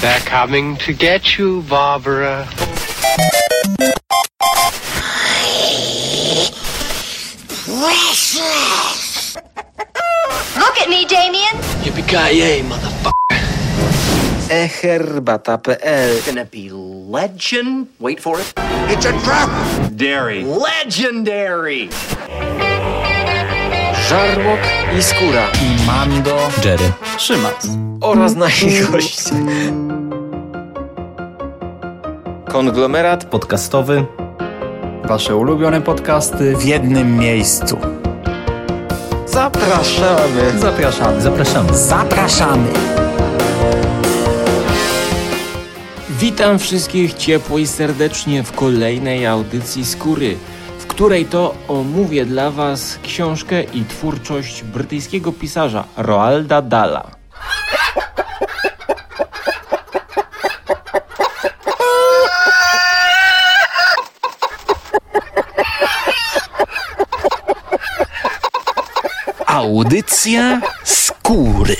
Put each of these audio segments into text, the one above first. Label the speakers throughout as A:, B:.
A: They're coming to get you, Barbara.
B: Precious! Look at me, Damien!
C: Yippee-ki-yay, motherfucker.
D: Herbata.pl.
C: Gonna be legend. Wait for it.
E: It's a trap!
C: Dairy. Legendary!
D: Żarłok i Skóra.
F: I Mando,
G: Jerry,
F: Szymas
D: Oraz nasi goście. Konglomerat
G: podcastowy.
F: Wasze ulubione podcasty w jednym miejscu.
D: Zapraszamy.
F: Zapraszamy.
H: Witam wszystkich ciepło i serdecznie w kolejnej audycji Skóry, w której to omówię dla Was książkę i twórczość brytyjskiego pisarza Roalda Dahla.
G: Audycja Skóry.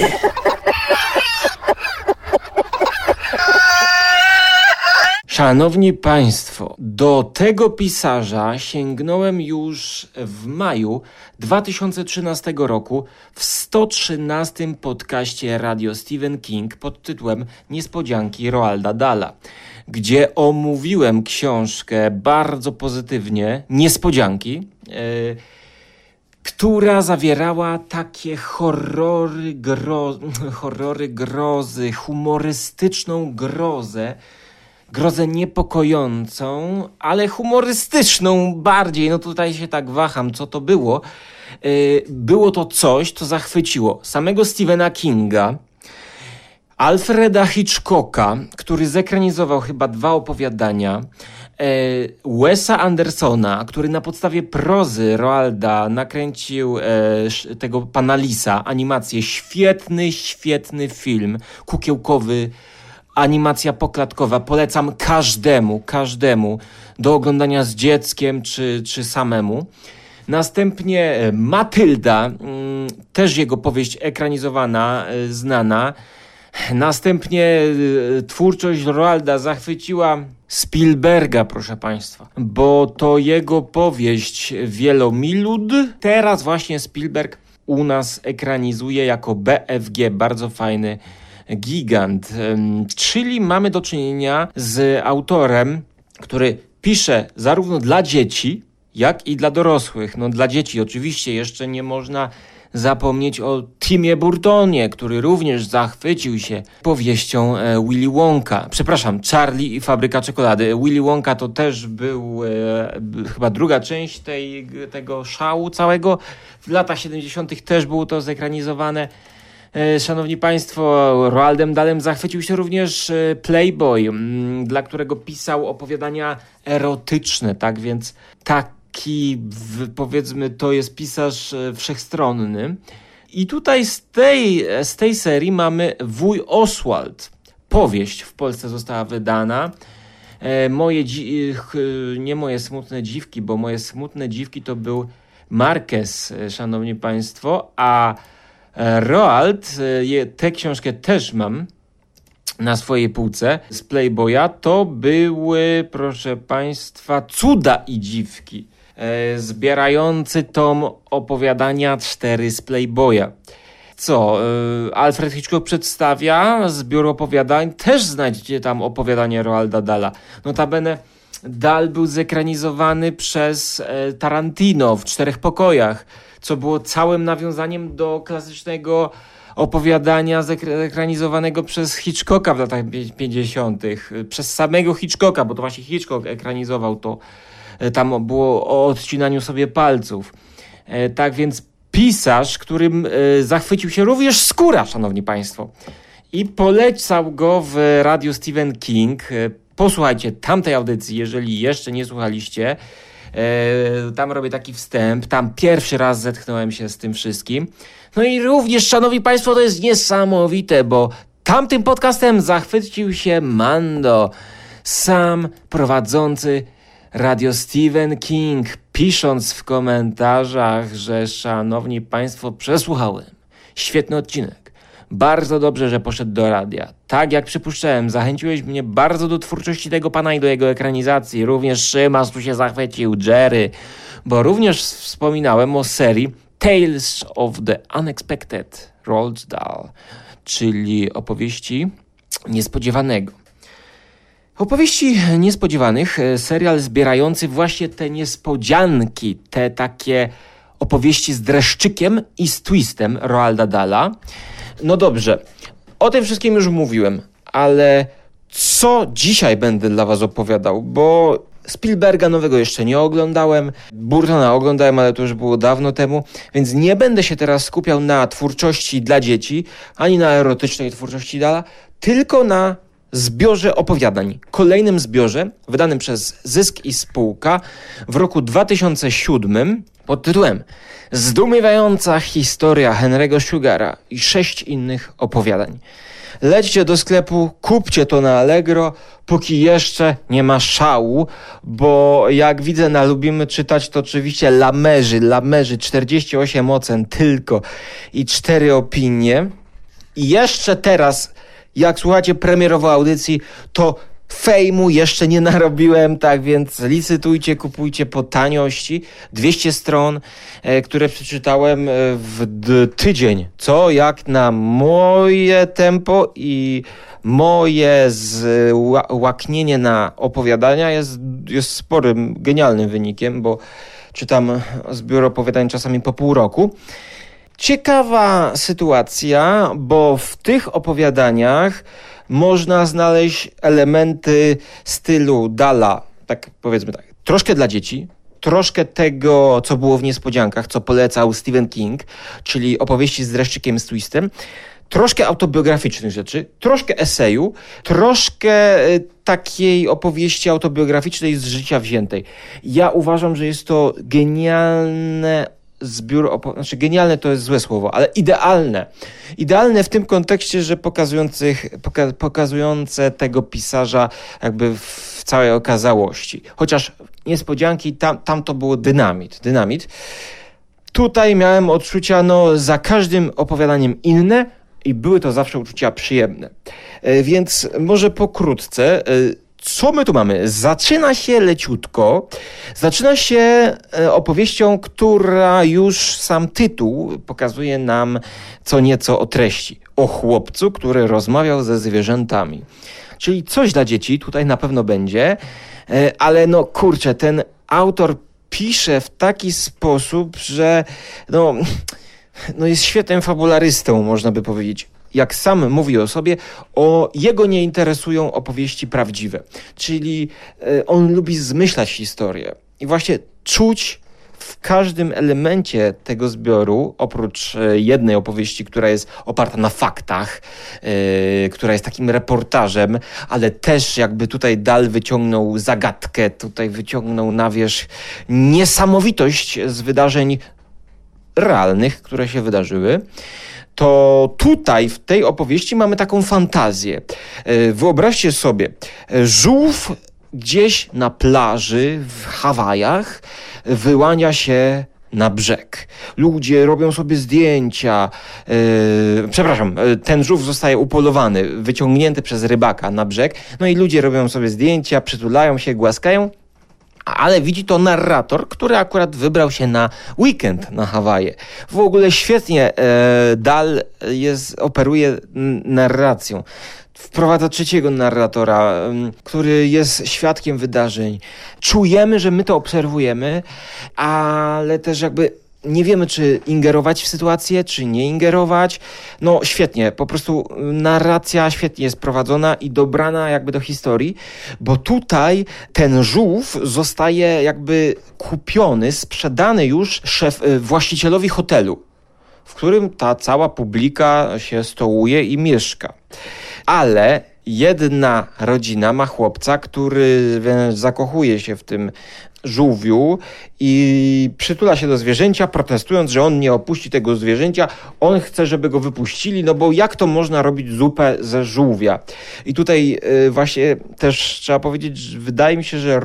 H: Szanowni Państwo, do tego pisarza sięgnąłem już w maju 2013 roku w 113 podcaście Radio Stephen King pod tytułem Niespodzianki Roalda Dahla, gdzie omówiłem książkę bardzo pozytywnie, Niespodzianki, która zawierała takie horrory, grozy, humorystyczną grozę niepokojącą, ale humorystyczną bardziej. No tutaj się tak waham, co to było. Było to coś, co zachwyciło samego Stephena Kinga, Alfreda Hitchcocka, który zekranizował chyba 2 opowiadania, Wesa Andersona, który na podstawie prozy Roalda nakręcił tego Pana Lisa, animację. Świetny film, kukiełkowy, animacja poklatkowa. Polecam każdemu do oglądania z dzieckiem czy samemu. Następnie Matylda, też jego powieść ekranizowana, znana. Następnie twórczość Roalda zachwyciła Spielberga, proszę Państwa, bo to jego powieść Wielomilud teraz właśnie Spielberg u nas ekranizuje jako BFG, bardzo fajny gigant. Czyli mamy do czynienia z autorem, który pisze zarówno dla dzieci, jak i dla dorosłych. No dla dzieci oczywiście jeszcze nie można zapomnieć o Timie Burtonie, który również zachwycił się powieścią Willy Wonka. Przepraszam, Charlie i Fabryka Czekolady. Willy Wonka to też był chyba druga część tego szału całego. W latach 70. też było to zekranizowane. Szanowni Państwo, Roaldem Dahlem zachwycił się również Playboy, dla którego pisał opowiadania erotyczne, tak więc powiedzmy, to jest pisarz wszechstronny. I tutaj z tej serii mamy Wuj Oswald. Powieść w Polsce została wydana. Nie moje smutne dziwki, bo moje smutne dziwki to był Marquez, szanowni Państwo, a Roald, tę książkę też mam na swojej półce z Playboya. To były, proszę Państwa, Cuda i dziwki. Zbierający tom opowiadania 4 z Playboya. Alfred Hitchcock przedstawia zbiór opowiadań. Też znajdziecie tam opowiadanie Roalda Dahla. Notabene Dahl był zekranizowany przez Tarantino w 4 pokojach, co było całym nawiązaniem do klasycznego opowiadania zekranizowanego przez Hitchcocka w latach 50. Przez samego Hitchcocka, bo to właśnie Hitchcock ekranizował to. Tam było o odcinaniu sobie palców. Tak więc pisarz, którym zachwycił się również Skóra, szanowni Państwo. I polecał go w radiu Stephen King. Posłuchajcie tamtej audycji, jeżeli jeszcze nie słuchaliście. Tam robię taki wstęp. Tam pierwszy raz zetknąłem się z tym wszystkim. No i również, szanowni Państwo, to jest niesamowite, bo tamtym podcastem zachwycił się Mando, sam prowadzący Radio Stephen King, pisząc w komentarzach, że szanowni Państwo, przesłuchałem świetny odcinek. Bardzo dobrze, że poszedł do radia. Tak jak przypuszczałem, zachęciłeś mnie bardzo do twórczości tego pana i do jego ekranizacji. Również Szymas tu się zachwycił, Jerry, bo również wspominałem o serii Tales of the Unexpected Roald Dahl, czyli opowieści niespodziewanego. Opowieści niespodziewanych, serial zbierający właśnie te niespodzianki, te takie opowieści z dreszczykiem i z twistem Roalda Dahla. No dobrze, o tym wszystkim już mówiłem, ale co dzisiaj będę dla was opowiadał, bo Spielberga nowego jeszcze nie oglądałem, Burtona oglądałem, ale to już było dawno temu, więc nie będę się teraz skupiał na twórczości dla dzieci, ani na erotycznej twórczości Dahla, tylko na zbiorze opowiadań. Kolejnym zbiorze, wydanym przez Zysk i Spółka w roku 2007 pod tytułem Zdumiewająca historia Henry'ego Sugara i 6 innych opowiadań. Lećcie do sklepu, kupcie to na Allegro, póki jeszcze nie ma szału, bo jak widzę na Lubimy Czytać, to oczywiście lamerzy, 48 ocen tylko i 4 opinie. I jeszcze teraz, jak słuchacie premierowo audycji, to fejmu jeszcze nie narobiłem, tak więc licytujcie, kupujcie po taniości. 200 stron, które przeczytałem w tydzień. Co jak na moje tempo i moje łaknienie na opowiadania jest sporym, genialnym wynikiem, bo czytam zbiór opowiadań czasami po pół roku. Ciekawa sytuacja, bo w tych opowiadaniach można znaleźć elementy stylu Dahla, tak powiedzmy tak, troszkę dla dzieci, troszkę tego, co było w Niespodziankach, co polecał Stephen King, czyli opowieści z dreszczykiem, z twistem, troszkę autobiograficznych rzeczy, troszkę eseju, troszkę takiej opowieści autobiograficznej z życia wziętej. Ja uważam, że jest to genialne genialne to jest złe słowo, ale idealne. Idealne w tym kontekście, że pokazujące tego pisarza jakby w całej okazałości. Chociaż Niespodzianki, tam to było dynamit. Tutaj miałem odczucia, za każdym opowiadaniem inne i były to zawsze uczucia przyjemne. Więc może pokrótce, co my tu mamy? Zaczyna się leciutko. Zaczyna się opowieścią, która już sam tytuł pokazuje nam co nieco o treści. O chłopcu, który rozmawiał ze zwierzętami. Czyli coś dla dzieci tutaj na pewno będzie, ale ten autor pisze w taki sposób, że jest świetnym fabularystą, można by powiedzieć. Jak sam mówi o sobie, jego nie interesują opowieści prawdziwe. Czyli on lubi zmyślać historię. I właśnie czuć w każdym elemencie tego zbioru, oprócz jednej opowieści, która jest oparta na faktach, która jest takim reportażem, ale też jakby tutaj Dahl wyciągnął zagadkę, tutaj wyciągnął na wierzch niesamowitość z wydarzeń realnych, które się wydarzyły, to tutaj w tej opowieści mamy taką fantazję. Wyobraźcie sobie, żółw gdzieś na plaży w Hawajach wyłania się na brzeg. Ludzie robią sobie zdjęcia. Ten żółw zostaje upolowany, wyciągnięty przez rybaka na brzeg. No i ludzie robią sobie zdjęcia, przytulają się, głaskają. Ale widzi to narrator, który akurat wybrał się na weekend na Hawaje. W ogóle świetnie Dahl operuje narracją. Wprowadza trzeciego narratora, który jest świadkiem wydarzeń. Czujemy, że my to obserwujemy, ale też jakby nie wiemy, czy ingerować w sytuację, czy nie ingerować. Świetnie, po prostu narracja świetnie jest prowadzona i dobrana jakby do historii, bo tutaj ten żółw zostaje jakby kupiony, sprzedany już właścicielowi hotelu, w którym ta cała publika się stołuje i mieszka. Ale jedna rodzina ma chłopca, który zakochuje się w tym żółwiu i przytula się do zwierzęcia, protestując, że on nie opuści tego zwierzęcia. On chce, żeby go wypuścili, bo jak to można robić zupę ze żółwia? I tutaj właśnie też trzeba powiedzieć, że wydaje mi się, że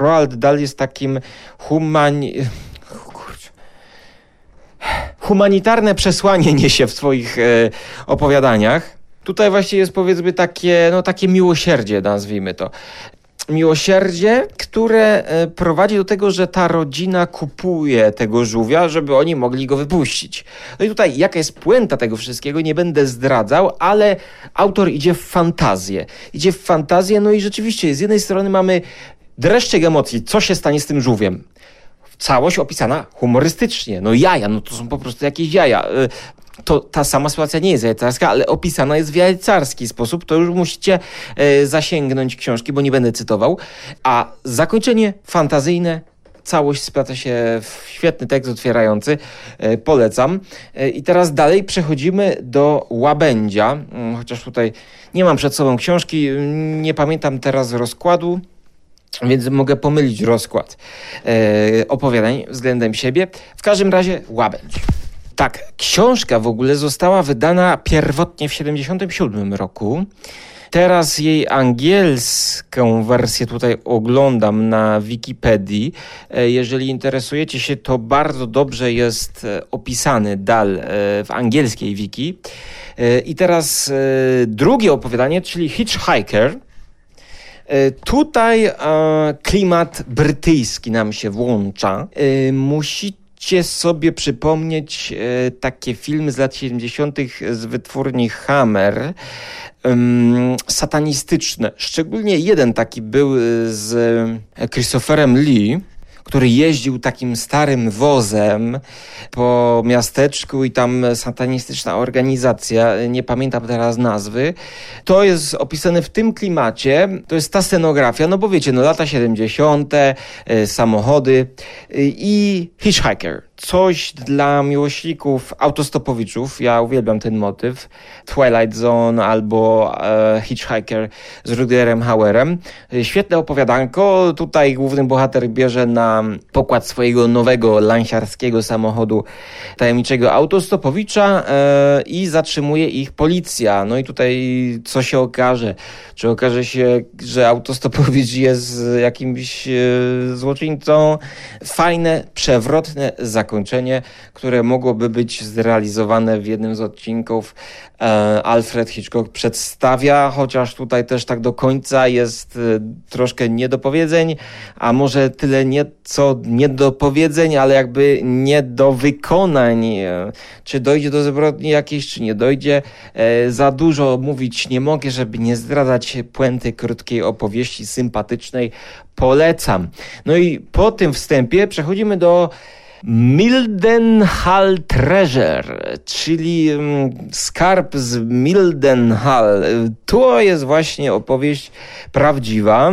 H: humanitarne przesłanie niesie w swoich opowiadaniach. Tutaj właśnie jest, powiedzmy, takie miłosierdzie, nazwijmy to. Miłosierdzie, które prowadzi do tego, że ta rodzina kupuje tego żółwia, żeby oni mogli go wypuścić. No i tutaj jaka jest puenta tego wszystkiego, nie będę zdradzał, ale autor idzie w fantazję. No i rzeczywiście z jednej strony mamy dreszczyk emocji, co się stanie z tym żółwiem. Całość opisana humorystycznie. No jaja, no to są po prostu jakieś jaja. To ta sama sytuacja nie jest jajcarska, ale opisana jest w jajcarski sposób. To już musicie zasięgnąć książki, bo nie będę cytował. A zakończenie fantazyjne, całość splata się w świetny tekst otwierający. Polecam. I teraz dalej przechodzimy do Łabędzia. Chociaż tutaj nie mam przed sobą książki, nie pamiętam teraz rozkładu, więc mogę pomylić rozkład opowiadań względem siebie. W każdym razie Łabędź. Tak, książka w ogóle została wydana pierwotnie w 1977 roku. Teraz jej angielską wersję tutaj oglądam na Wikipedii. Jeżeli interesujecie się, to bardzo dobrze jest opisany Dal w angielskiej wiki. I teraz drugie opowiadanie, czyli Hitchhiker. Tutaj klimat brytyjski nam się włącza. Musicie sobie przypomnieć takie filmy z lat 70. z wytwórni Hammer, satanistyczne. Szczególnie jeden taki był z Christopherem Lee, który jeździł takim starym wozem po miasteczku i tam satanistyczna organizacja, nie pamiętam teraz nazwy. To jest opisane w tym klimacie, to jest ta scenografia, no bo wiecie, no lata 70., samochody i Hitchhiker. Coś dla miłośników autostopowiczów. Ja uwielbiam ten motyw. Twilight Zone albo Hitchhiker z Rutgerem Hauerem. Świetne opowiadanko. Tutaj główny bohater bierze na pokład swojego nowego lansiarskiego samochodu tajemniczego autostopowicza i zatrzymuje ich policja. No i tutaj co się okaże? Czy okaże się, że autostopowicz jest jakimś złoczyńcą? Fajne, przewrotne zakończenie, które mogłoby być zrealizowane w jednym z odcinków. Alfred Hitchcock przedstawia, chociaż tutaj też tak do końca jest troszkę niedopowiedzeń, a może tyle co niedopowiedzeń, ale jakby niedowykonań. Czy dojdzie do zbrodni jakiejś, czy nie dojdzie. Za dużo mówić nie mogę, żeby nie zdradzać puenty krótkiej opowieści sympatycznej. Polecam. No i po tym wstępie przechodzimy do Mildenhall Treasure, czyli skarb z Mildenhall. To jest właśnie opowieść prawdziwa.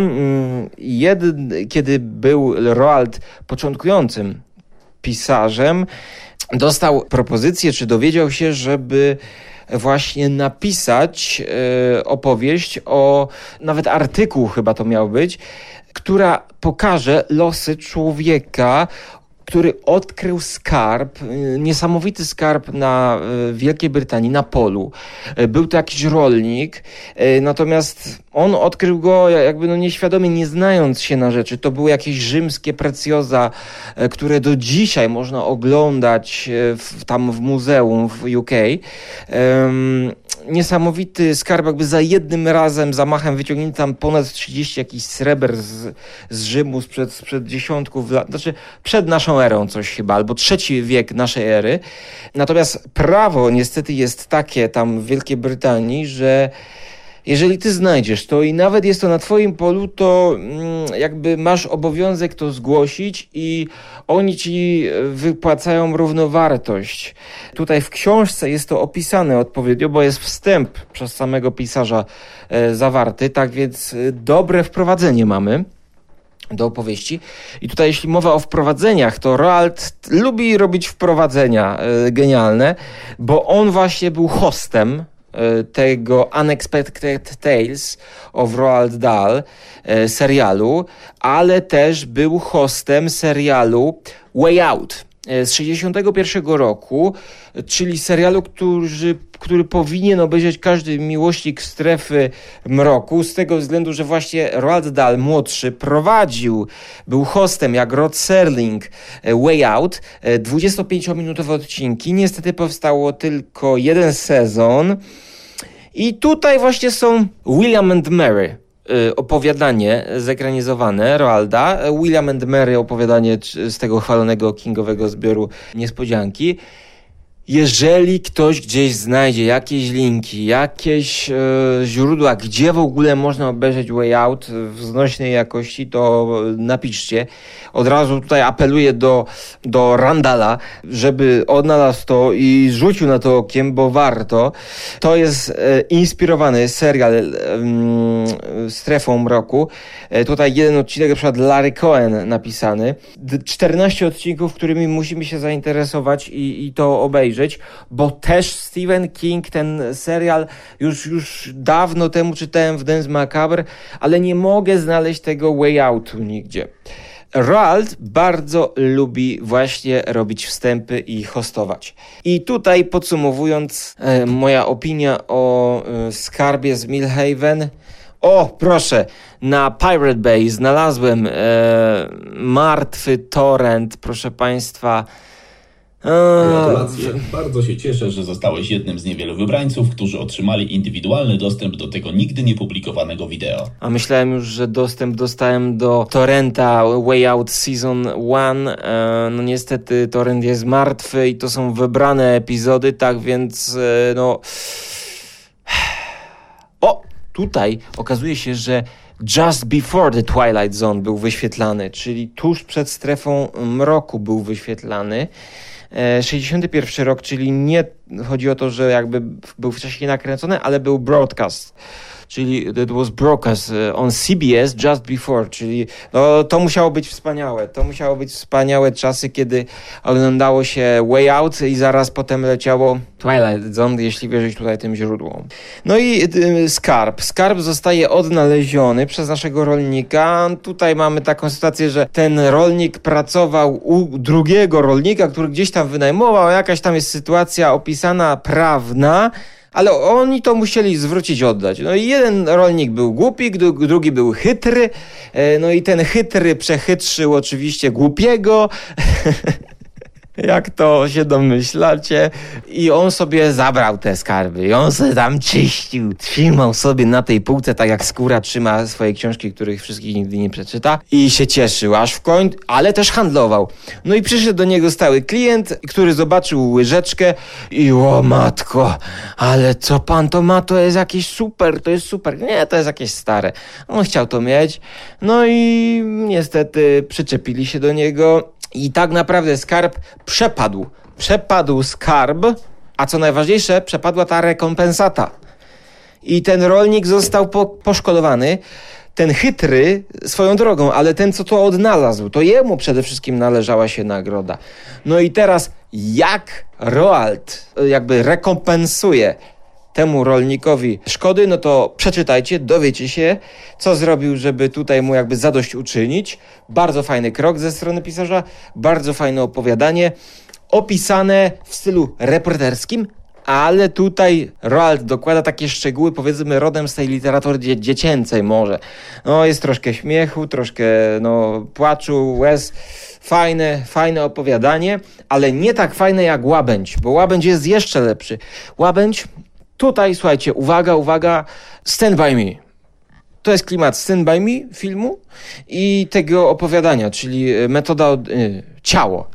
H: Kiedy był Roald początkującym pisarzem, dostał propozycję, czy dowiedział się, żeby właśnie napisać opowieść nawet artykuł chyba to miał być, która pokaże losy człowieka, który odkrył skarb, niesamowity skarb w Wielkiej Brytanii, na polu. Był to jakiś rolnik, natomiast on odkrył go jakby nieświadomie, nie znając się na rzeczy. To były jakieś rzymskie precjoza, które do dzisiaj można oglądać tam w muzeum w UK. Niesamowity skarb, jakby za jednym razem, zamachem wyciągnięty tam ponad 30 jakichś sreber z Rzymu sprzed dziesiątków lat, znaczy przed naszą erą coś chyba, albo III wiek naszej ery. Natomiast prawo niestety jest takie tam w Wielkiej Brytanii, że jeżeli ty znajdziesz to i nawet jest to na twoim polu, to jakby masz obowiązek to zgłosić i oni ci wypłacają równowartość. Tutaj w książce jest to opisane odpowiednio, bo jest wstęp przez samego pisarza zawarty, tak więc dobre wprowadzenie mamy do opowieści. I tutaj jeśli mowa o wprowadzeniach, to Roald lubi robić wprowadzenia genialne, bo on właśnie był hostem tego Unexpected Tales of Roald Dahl serialu, ale też był hostem serialu Way Out. z 1961 roku, czyli serialu, który powinien obejrzeć każdy miłośnik Strefy Mroku, z tego względu, że właśnie Roald Dahl młodszy był hostem jak Rod Serling Way Out, 25-minutowe odcinki. Niestety powstało tylko jeden sezon i tutaj właśnie są William and Mary, opowiadanie zekranizowane Roalda, William and Mary, opowiadanie z tego chwalonego kingowego zbioru Niespodzianki. Jeżeli ktoś gdzieś znajdzie jakieś linki, jakieś źródła, gdzie w ogóle można obejrzeć Way Out w znośnej jakości, to napiszcie. Od razu tutaj apeluję do Randala, żeby odnalazł to i rzucił na to okiem, bo warto. To jest inspirowany serial Strefą Mroku. Tutaj jeden odcinek, na przykład Larry Cohen napisany. 14 odcinków, którymi musimy się zainteresować i to obejrzeć. Bo też Stephen King, ten serial już dawno temu czytałem w Dance Macabre, ale nie mogę znaleźć tego Way Outu nigdzie. Roald bardzo lubi właśnie robić wstępy i hostować. I tutaj podsumowując, moja opinia o skarbie z Millhaven. O, proszę, na Pirate Bay znalazłem martwy torrent, proszę Państwa.
E: Gratulacje. Bardzo się cieszę, że zostałeś jednym z niewielu wybrańców, którzy otrzymali indywidualny dostęp do tego nigdy nie publikowanego wideo.
H: A myślałem już, że dostęp dostałem do torrenta Way Out Season 1. No niestety torrent jest martwy i to są wybrane epizody, tak więc no... O! Tutaj okazuje się, że Just Before the Twilight Zone był wyświetlany, czyli tuż przed Strefą Mroku był wyświetlany. 61 rok, czyli nie chodzi o to, że jakby był wcześniej nakręcony, ale był broadcast. Czyli it was broadcast on CBS just before, czyli no, to musiało być wspaniałe. To musiało być wspaniałe czasy, kiedy oglądało się Way Out i zaraz potem leciało Twilight Zone, jeśli wierzyć tutaj tym źródłom. No i skarb. Skarb zostaje odnaleziony przez naszego rolnika. Tutaj mamy taką sytuację, że ten rolnik pracował u drugiego rolnika, który gdzieś tam wynajmował. Jakaś tam jest sytuacja opisana prawna, ale oni to musieli zwrócić, oddać. No i jeden rolnik był głupi, drugi był chytry, no i ten chytry przechytrzył oczywiście głupiego, jak to się domyślacie, i on sobie zabrał te skarby i on sobie tam czyścił, trzymał sobie na tej półce, tak jak Skóra trzyma swoje książki, których wszystkich nigdy nie przeczyta, i się cieszył, aż w końcu, ale też handlował. No i przyszedł do niego stały klient, który zobaczył łyżeczkę i o matko, ale co pan to ma, to jest jakieś super, to jest super. Nie, to jest jakieś stare. On chciał to mieć, no i niestety przyczepili się do niego. I tak naprawdę skarb przepadł. Przepadł skarb, a co najważniejsze, przepadła ta rekompensata. I ten rolnik został poszkodowany. Ten chytry swoją drogą, ale ten, co to odnalazł, to jemu przede wszystkim należała się nagroda. No i teraz jak Roald jakby rekompensuje temu rolnikowi szkody, no to przeczytajcie, dowiecie się, co zrobił, żeby tutaj mu jakby zadośćuczynić. Bardzo fajny krok ze strony pisarza, bardzo fajne opowiadanie, opisane w stylu reporterskim, ale tutaj Roald dokłada takie szczegóły, powiedzmy, rodem z tej literatury dziecięcej może. No jest troszkę śmiechu, troszkę płaczu, łez. Fajne opowiadanie, ale nie tak fajne jak Łabędź, bo Łabędź jest jeszcze lepszy. Łabędź, tutaj słuchajcie, uwaga, Stand By Me. To jest klimat Stand By Me filmu i tego opowiadania, czyli metoda ciało.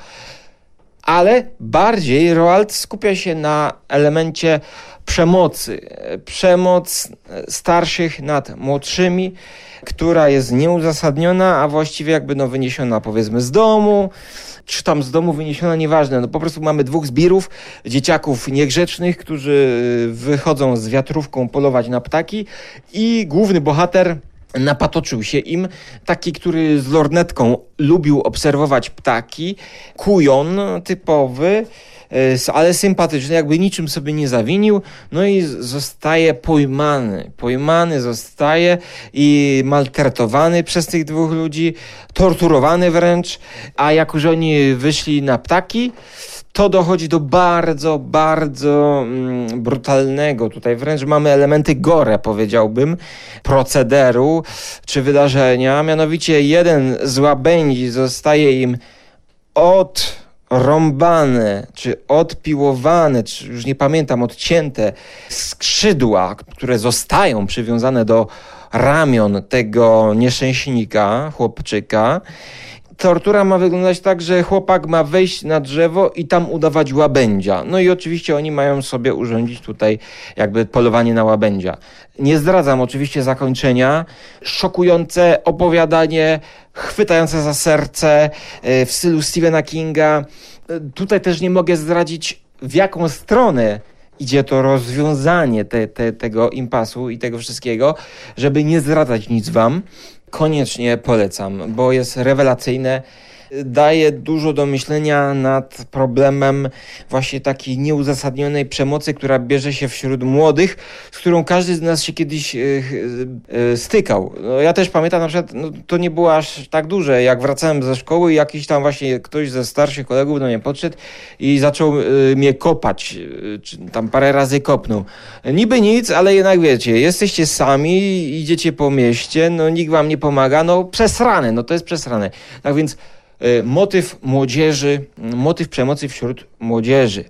H: Ale bardziej Roald skupia się na elemencie przemocy. Przemoc starszych nad młodszymi, która jest nieuzasadniona, a właściwie jakby wyniesiona powiedzmy z domu, czy tam z domu wyniesiona, nieważne. Po prostu mamy dwóch zbirów, dzieciaków niegrzecznych, którzy wychodzą z wiatrówką polować na ptaki i główny bohater napatoczył się im, taki, który z lornetką lubił obserwować ptaki, kujon typowy, ale sympatyczny, jakby niczym sobie nie zawinił, no i zostaje pojmany zostaje i maltretowany przez tych dwóch ludzi, torturowany wręcz, a jak już oni wyszli na ptaki, to dochodzi do bardzo, bardzo brutalnego, tutaj wręcz mamy elementy gore, powiedziałbym, procederu czy wydarzenia. Mianowicie jeden z łabędzi zostaje im odrąbane, czy odpiłowane, czy już nie pamiętam, odcięte skrzydła, które zostają przywiązane do ramion tego nieszczęśnika, chłopczyka. Tortura ma wyglądać tak, że chłopak ma wejść na drzewo i tam udawać łabędzia. No i oczywiście oni mają sobie urządzić tutaj jakby polowanie na łabędzia. Nie zdradzam oczywiście zakończenia. Szokujące opowiadanie, chwytające za serce w stylu Stephena Kinga. Tutaj też nie mogę zdradzić, w jaką stronę idzie to rozwiązanie tego impasu i tego wszystkiego, żeby nie zdradzać nic wam. Koniecznie polecam, bo jest rewelacyjne. Daje dużo do myślenia nad problemem właśnie takiej nieuzasadnionej przemocy, która bierze się wśród młodych, z którą każdy z nas się kiedyś stykał. No, ja też pamiętam na przykład, to nie było aż tak duże, jak wracałem ze szkoły i jakiś tam właśnie ktoś ze starszych kolegów do mnie podszedł i zaczął mnie kopać, czy tam parę razy kopnął. Niby nic, ale jednak wiecie, jesteście sami, idziecie po mieście, nikt wam nie pomaga, przesrane, to jest przesrane. Tak więc motyw młodzieży, motyw przemocy wśród młodzieży.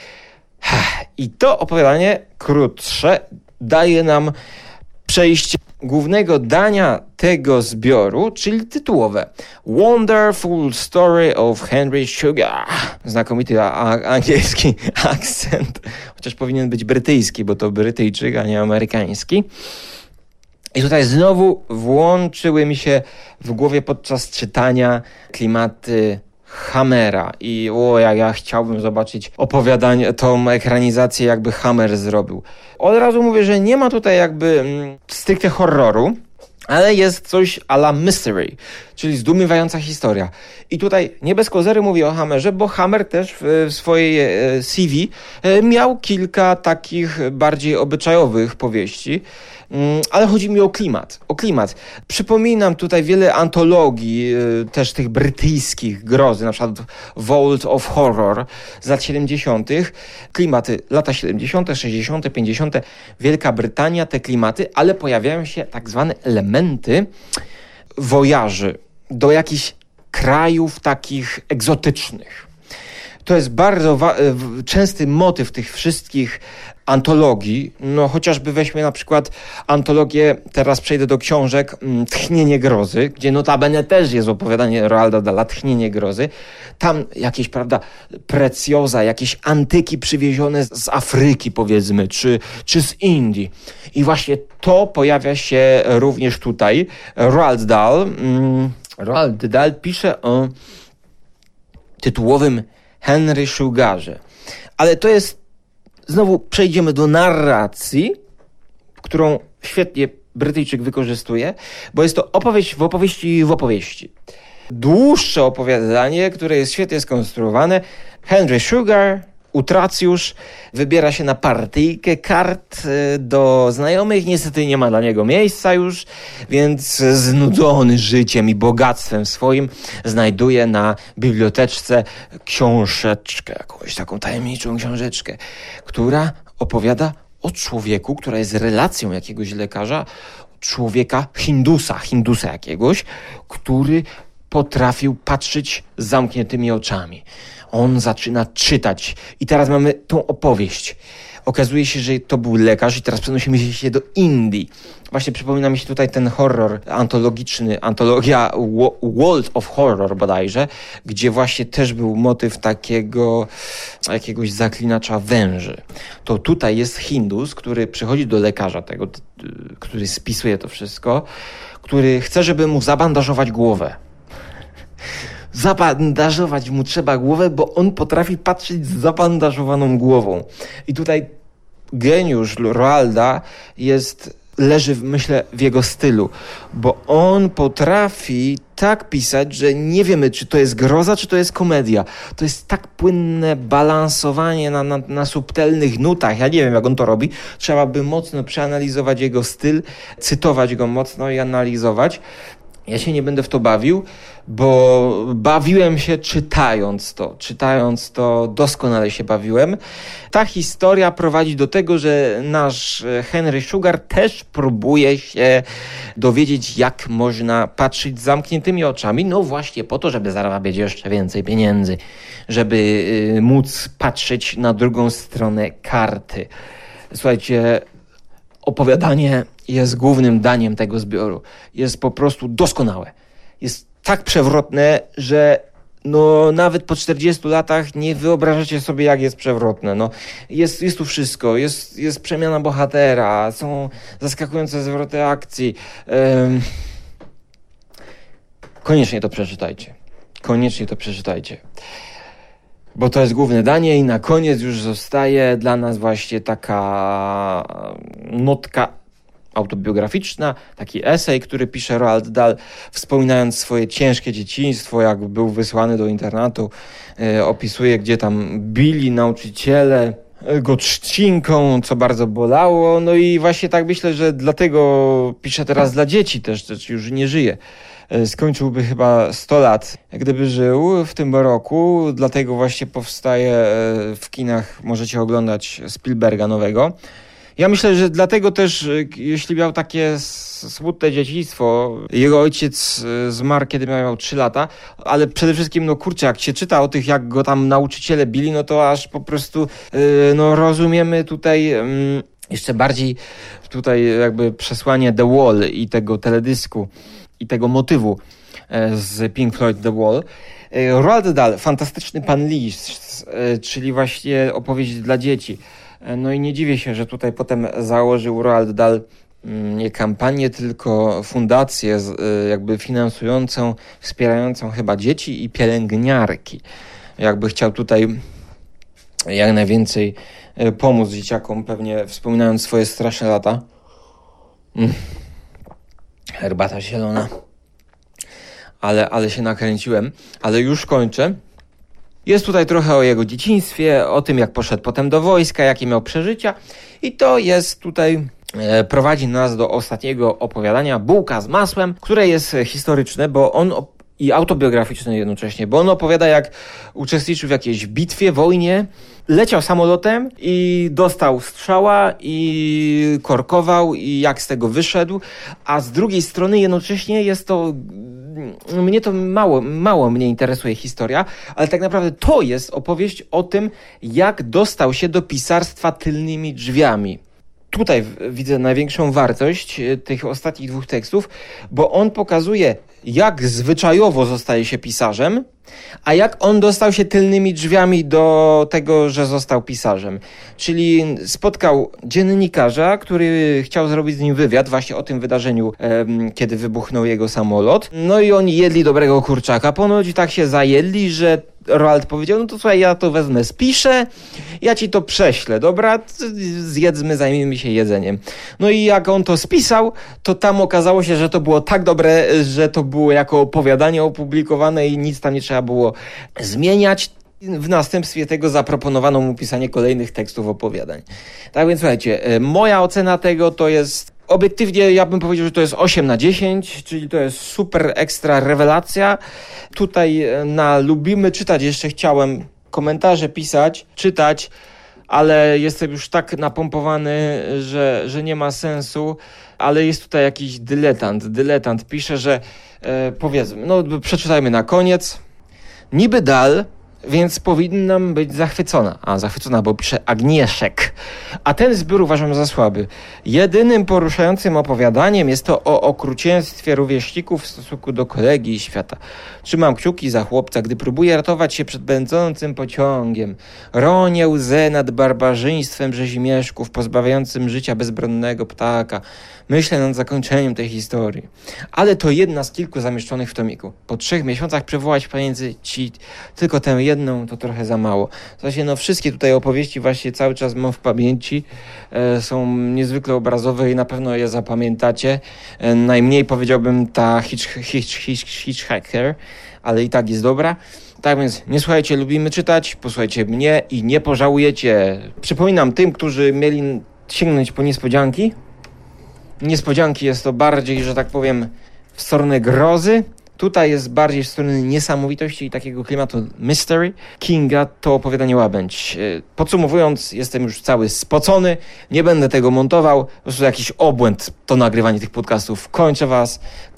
H: I to opowiadanie krótsze daje nam przejście głównego dania tego zbioru, czyli tytułowe Wonderful Story of Henry Sugar. Znakomity angielski akcent, chociaż powinien być brytyjski, bo to Brytyjczyk, a nie amerykański. I tutaj znowu włączyły mi się w głowie podczas czytania klimaty Hammera. I jak ja chciałbym zobaczyć opowiadanie, tą ekranizację jakby Hammer zrobił. Od razu mówię, że nie ma tutaj jakby stricte horroru, ale jest coś a la mystery, czyli zdumiewająca historia. I tutaj nie bez kozery mówię o Hammerze, bo Hammer też w swojej CV miał kilka takich bardziej obyczajowych powieści, ale chodzi mi o klimat. Przypominam tutaj wiele antologii, też tych brytyjskich grozy, na przykład Vault of Horror z lat 70. Klimaty lata 70., 60., 50. Wielka Brytania, te klimaty, ale pojawiają się tak zwane elementy wojaży do jakichś krajów takich egzotycznych. To jest bardzo częsty motyw tych wszystkich antologii. Chociażby weźmy na przykład antologię, teraz przejdę do książek, Tchnienie grozy, gdzie notabene też jest opowiadanie Roalda Dahla, Tchnienie grozy. Tam jakieś, precjoza, jakieś antyki przywiezione z Afryki, powiedzmy, czy z Indii. I właśnie to pojawia się również tutaj. Roald Dahl pisze o tytułowym Henry Sugarze. Ale to jest, znowu przejdziemy do narracji, którą świetnie Brytyjczyk wykorzystuje, bo jest to opowieść w opowieści w opowieści. Dłuższe opowiadanie, które jest świetnie skonstruowane. Henry Sugar, utracjusz, wybiera się na partyjkę kart do znajomych. Niestety nie ma dla niego miejsca już, więc znudzony życiem i bogactwem swoim znajduje na biblioteczce książeczkę, jakąś taką tajemniczą książeczkę, która opowiada o człowieku, która jest relacją jakiegoś lekarza, człowieka Hindusa jakiegoś, który potrafił patrzeć z zamkniętymi oczami. On zaczyna czytać i teraz mamy tą opowieść. Okazuje się, że to był lekarz i teraz przenosimy się do Indii. Właśnie przypomina mi się tutaj ten horror antologiczny, antologia World of Horror bodajże, gdzie właśnie też był motyw jakiegoś zaklinacza węży. To tutaj jest Hindus, który przychodzi do lekarza tego, który spisuje to wszystko, który chce, żeby mu zabandażować głowę. Zabandażować mu trzeba głowę, bo on potrafi patrzeć z zabandażowaną głową. I tutaj geniusz Roalda jest leży, myślę, w jego stylu, bo on potrafi tak pisać, że nie wiemy, czy to jest groza, czy to jest komedia. To jest tak płynne balansowanie na subtelnych nutach. Ja nie wiem, jak on to robi. Trzeba by mocno przeanalizować jego styl, cytować go mocno i analizować. Ja się nie będę w to bawił, bo bawiłem się czytając to doskonale się bawiłem. Ta historia prowadzi do tego, że nasz Henry Sugar też próbuje się dowiedzieć, jak można patrzeć z zamkniętymi oczami, no właśnie po to, żeby zarabiać jeszcze więcej pieniędzy, żeby móc patrzeć na drugą stronę karty. Słuchajcie, opowiadanie jest głównym daniem tego zbioru. Jest po prostu doskonałe. Jest tak przewrotne, że no nawet po 40 latach nie wyobrażacie sobie, jak jest przewrotne. No, jest tu wszystko. Jest przemiana bohatera, są zaskakujące zwroty akcji. Koniecznie to przeczytajcie. Bo to jest główne danie i na koniec już zostaje dla nas właśnie taka notka autobiograficzna, taki esej, który pisze Roald Dahl, wspominając swoje ciężkie dzieciństwo, jak był wysłany do internatu, opisuje, gdzie tam bili nauczyciele go trzcinką, co bardzo bolało, no i właśnie tak myślę, że dlatego pisze teraz dla dzieci też już nie żyje. Skończyłby chyba 100 lat, gdyby żył w tym roku, dlatego właśnie powstaje w kinach, możecie oglądać Spielberga nowego. Ja myślę, że dlatego też, jeśli miał takie smutne dzieciństwo, jego ojciec zmarł, kiedy miał 3 lata, ale przede wszystkim, no kurczę, jak się czyta o tych, jak go tam nauczyciele bili, no to aż po prostu, no rozumiemy tutaj jeszcze bardziej tutaj jakby przesłanie The Wall i tego teledysku i tego motywu z Pink Floyd The Wall. Roald Dahl, Fantastyczny Pan Lis, czyli właśnie opowieść dla dzieci. No i nie dziwię się, że tutaj potem założył Roald Dahl nie kampanię, tylko fundację jakby finansującą, wspierającą chyba dzieci i pielęgniarki. Jakby chciał tutaj jak najwięcej pomóc dzieciakom, pewnie wspominając swoje straszne lata. Herbata zielona. Ale się nakręciłem. Ale już kończę. Jest tutaj trochę o jego dzieciństwie, o tym, jak poszedł potem do wojska, jakie miał przeżycia. I to jest tutaj, prowadzi nas do ostatniego opowiadania, Bułka z masłem, które jest historyczne, bo on i autobiograficzne jednocześnie, bo on opowiada, jak uczestniczył w jakiejś bitwie, wojnie, leciał samolotem i dostał strzała i korkował i jak z tego wyszedł, a z drugiej strony jednocześnie jest to, mnie to mało mnie interesuje historia, ale tak naprawdę to jest opowieść o tym, jak dostał się do pisarstwa tylnymi drzwiami. Tutaj widzę największą wartość tych ostatnich 2 tekstów, bo on pokazuje, jak zwyczajowo zostaje się pisarzem, a jak on dostał się tylnymi drzwiami do tego, że został pisarzem. Czyli spotkał dziennikarza, który chciał zrobić z nim wywiad właśnie o tym wydarzeniu, kiedy wybuchnął jego samolot. No i oni jedli dobrego kurczaka. Ponoć tak się zajedli, że Roald powiedział, no to słuchaj, ja to wezmę, spiszę, ja ci to prześlę, dobra? Zjedzmy, zajmijmy się jedzeniem. No i jak on to spisał, to tam okazało się, że to było tak dobre, że to było jako opowiadanie opublikowane i nic tam nie trzeba było zmieniać. W następstwie tego zaproponowano mu pisanie kolejnych tekstów opowiadań. Tak więc słuchajcie, moja ocena tego to jest, obiektywnie ja bym powiedział, że to jest 8/10, czyli to jest super ekstra rewelacja. Tutaj na Lubimy czytać jeszcze chciałem komentarze pisać, czytać, ale jestem już tak napompowany, że nie ma sensu, ale jest tutaj jakiś dyletant pisze, że powiedzmy, no przeczytajmy na koniec. Niby Dahl, więc powinnam być zachwycona. Zachwycona, bo pisze Agnieszek. A ten zbiór uważam za słaby. Jedynym poruszającym opowiadaniem jest to o okrucieństwie rówieśników w stosunku do kolegi i świata. Trzymam kciuki za chłopca, gdy próbuje ratować się przed pędzącym pociągiem. Ronię łzę nad barbarzyństwem rzezimieszków, pozbawiającym życia bezbronnego ptaka. Myślę nad zakończeniem tej historii. Ale to jedna z kilku zamieszczonych w tomiku. Po 3 miesiącach przywołać pamięci tylko tę jedną jedną to trochę za mało. W sensie, no wszystkie tutaj opowieści właśnie cały czas mam w pamięci. Są niezwykle obrazowe i na pewno je zapamiętacie. Najmniej powiedziałbym ta Hitchhiker, ale i tak jest dobra. Tak więc nie słuchajcie, lubimy czytać, posłuchajcie mnie i nie pożałujecie. Przypominam tym, którzy mieli sięgnąć po niespodzianki. Niespodzianki jest to bardziej, że tak powiem, w stronę grozy. Tutaj jest bardziej w stronę niesamowitości i takiego klimatu mystery. Kinga to opowiadanie łabędź. Podsumowując, jestem już cały spocony, nie będę tego montował, po prostu jakiś obłęd to nagrywanie tych podcastów. Kończę was,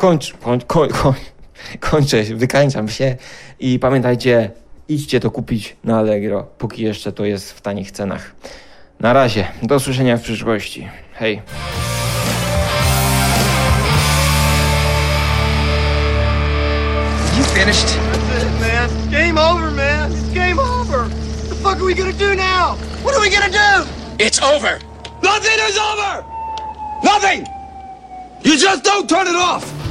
H: kończę, wykańczam się i pamiętajcie, idźcie to kupić na Allegro, póki jeszcze to jest w tanich cenach. Na razie, do usłyszenia w przyszłości. Hej.
G: You finished?
C: That's it, man. Game over, man. It's game over. What the fuck are we gonna do now? What are we gonna do?
G: It's over.
C: Nothing is over! Nothing! You just don't turn it off!